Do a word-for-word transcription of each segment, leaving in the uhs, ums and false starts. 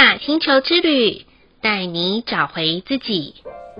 雅星球之旅，带你找回自己。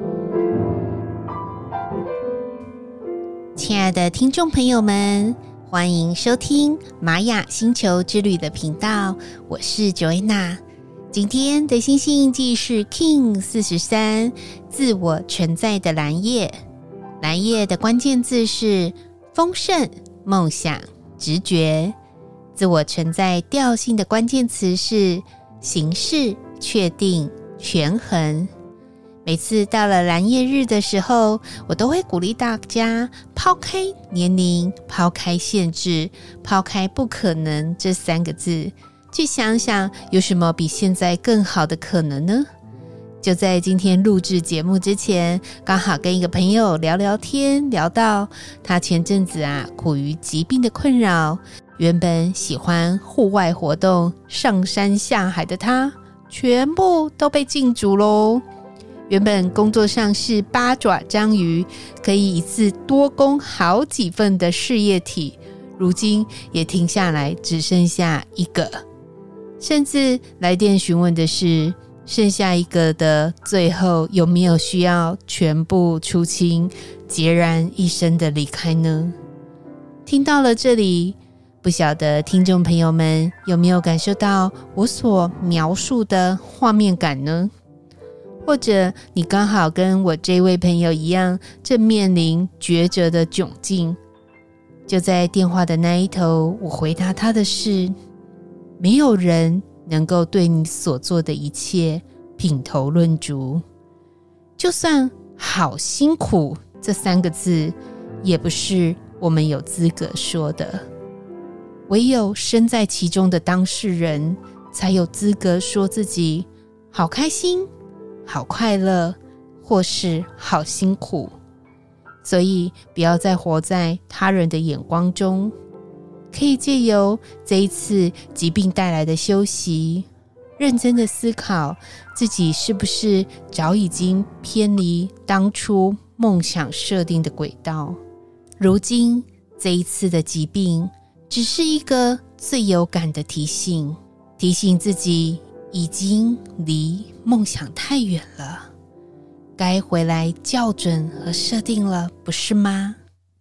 亲爱的听众朋友们，欢迎收听玛雅星球之旅的频道，我是 Joanna。 今天的星星印记是 King 四十三，自我存在的蓝夜。蓝夜的关键字是丰盛、梦想、直觉。自我存在调性的关键词是形式、确定、权衡。每次到了蓝夜日的时候，我都会鼓励大家抛开年龄，抛开限制，抛开不可能这三个字，去想想有什么比现在更好的可能呢？就在今天录制节目之前，刚好跟一个朋友聊聊天，聊到他前阵子啊苦于疾病的困扰，原本喜欢户外活动上山下海的他，全部都被禁足咯。原本工作上是八爪章鱼，可以一次多攻好几份的事业体，如今也停下来只剩下一个。甚至来电询问的是，剩下一个的最后有没有需要全部出清，孑然一身的离开呢？听到了这里，不晓得听众朋友们有没有感受到我所描述的画面感呢？或者你刚好跟我这位朋友一样，正面临抉择的窘境。就在电话的那一头，我回答他的是，没有人能够对你所做的一切品头论足，就算好辛苦这三个字，也不是我们有资格说的。唯有身在其中的当事人，才有资格说自己好开心、好快乐，或是好辛苦。所以不要再活在他人的眼光中，可以借由这一次疾病带来的休息，认真的思考自己是不是早已经偏离当初梦想设定的轨道。如今这一次的疾病只是一个最有感的提醒，提醒自己已经离梦想太远了，该回来校准和设定了，不是吗？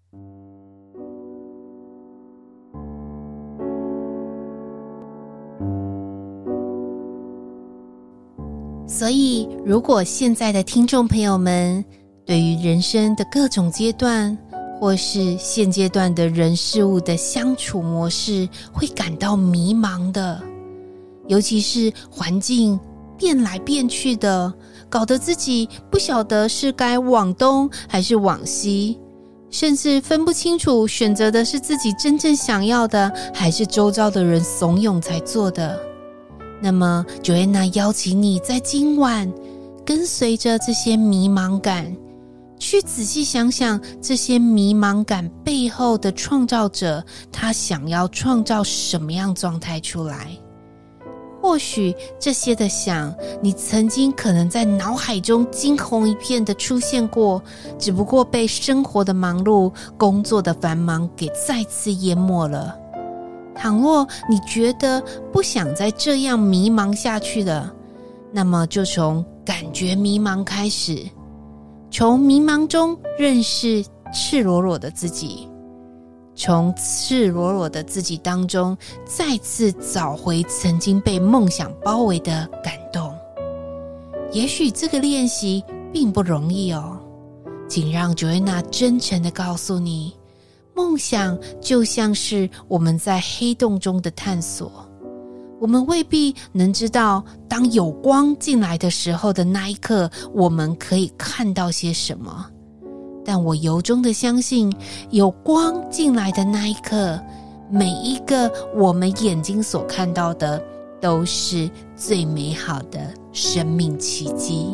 所以如果现在的听众朋友们对于人生的各种阶段，或是现阶段的人事物的相处模式会感到迷茫的，尤其是环境变来变去的，搞得自己不晓得是该往东还是往西，甚至分不清楚选择的是自己真正想要的，还是周遭的人怂恿才做的。那么 Joanna 邀请你在今晚跟随着这些迷茫感，去仔细想想这些迷茫感背后的创造者，他想要创造什么样状态出来。或许这些的想，你曾经可能在脑海中惊鸿一片的出现过，只不过被生活的忙碌、工作的繁忙给再次淹没了。倘若你觉得不想再这样迷茫下去了，那么就从感觉迷茫开始，从迷茫中认识赤裸裸的自己，从赤裸裸的自己当中再次找回曾经被梦想包围的感动。也许这个练习并不容易哦，请让 Joanna 真诚地告诉你，梦想就像是我们在黑洞中的探索，我们未必能知道当有光进来的时候的那一刻，我们可以看到些什么。但我由衷的相信，有光进来的那一刻，每一个我们眼睛所看到的，都是最美好的生命奇迹。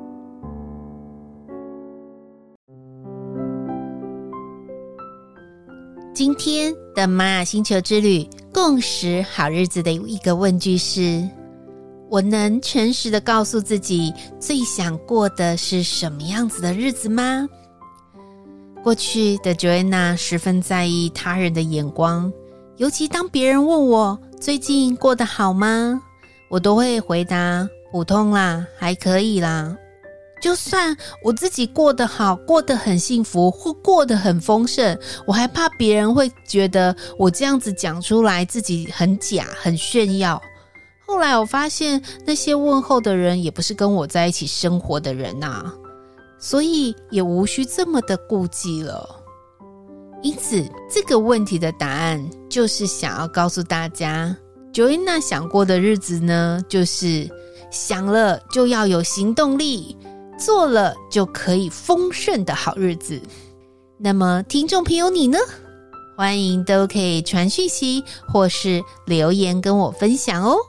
今天的玛雅星球之旅共识好日子的一个问句是：我能诚实的告诉自己最想过的是什么样子的日子吗？过去的 Joanna 十分在意他人的眼光，尤其当别人问我最近过得好吗， 我都会回答普通啦，还可以啦。就算我自己过得好，过得很幸福，或过得很丰盛，我还怕别人会觉得我这样子讲出来自己很假，很炫耀。后来我发现那些问候的人也不是跟我在一起生活的人啊，所以也无需这么的顾忌了。因此这个问题的答案就是想要告诉大家， Joanna 想过的日子呢，就是想了就要有行动力，做了就可以丰盛的好日子。那么听众朋友你呢？欢迎都可以传讯息或是留言跟我分享哦。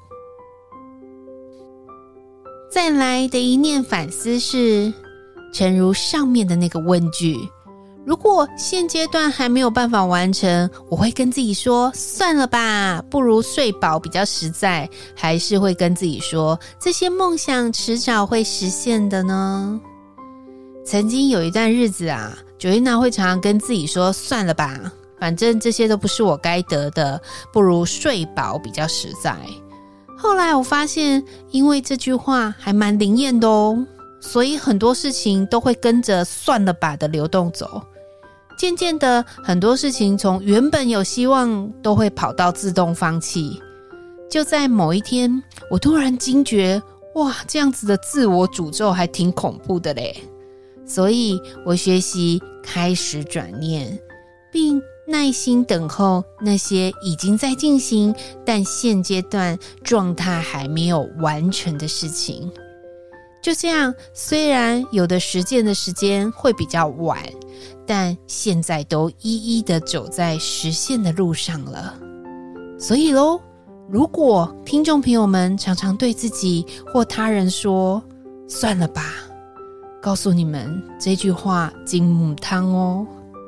再来的一念反思是，诚如上面的那个问句，如果现阶段还没有办法完成，我会跟自己说算了吧，不如睡饱比较实在，还是会跟自己说这些梦想迟早会实现的呢？曾经有一段日子啊，Joanna会常常跟自己说算了吧，反正这些都不是我该得的，不如睡饱比较实在。后来我发现，因为这句话还蛮灵验的哦，所以很多事情都会跟着算了吧的流动走。渐渐的，很多事情从原本有希望都会跑到自动放弃。就在某一天，我突然惊觉，哇，这样子的自我诅咒还挺恐怖的嘞。所以我学习开始转念，并耐心等候那些已经在进行但现阶段状态还没有完成的事情。就这样，虽然有的实践的时间会比较晚，但现在都一一的走在实现的路上了。所以咯，如果听众朋友们常常对自己或他人说算了吧，告诉你们这句话金母汤哦。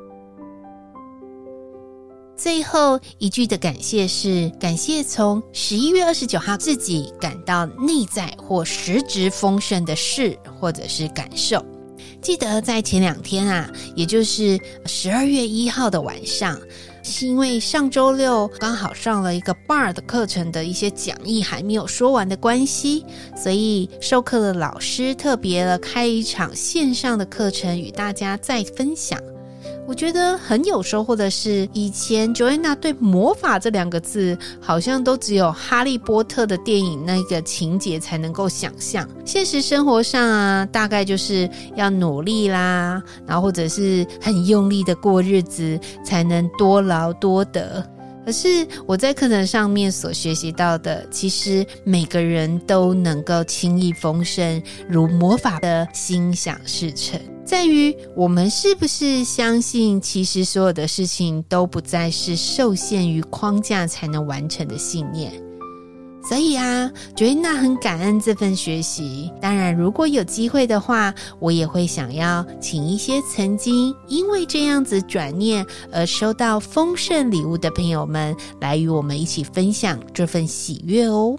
最后一句的感谢是，感谢从十一月二十九号自己感到内在或实质丰盛的事或者是感受。记得在前两天啊，也就是十二月一号的晚上，是因为上周六刚好上了一个 B A R 的课程的一些讲义还没有说完的关系，所以授课的老师特别了开一场线上的课程与大家再分享。我觉得很有收获的是，以前 Joanna 对魔法这两个字好像都只有哈利波特的电影那个情节才能够想象，现实生活上啊，大概就是要努力啦，然后或者是很用力的过日子才能多劳多得。可是我在课程上面所学习到的，其实每个人都能够轻易丰盛，如魔法的心想事成，在于我们是不是相信其实所有的事情都不再是受限于框架才能完成的信念。所以啊，Joanna很感恩这份学习。当然如果有机会的话，我也会想要请一些曾经因为这样子转念而收到丰盛礼物的朋友们，来与我们一起分享这份喜悦哦。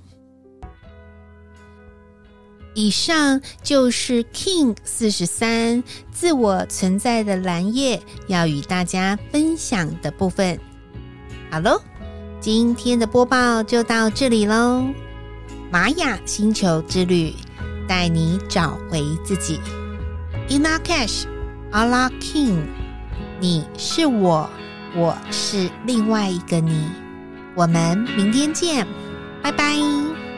以上就是 King 四十三 自我存在的蓝页要与大家分享的部分。好咯，今天的播报就到这里咯。玛雅星球之旅，带你找回自己。 Ina Cash Allah King， 你是我，我是另外一个你。我们明天见，拜拜。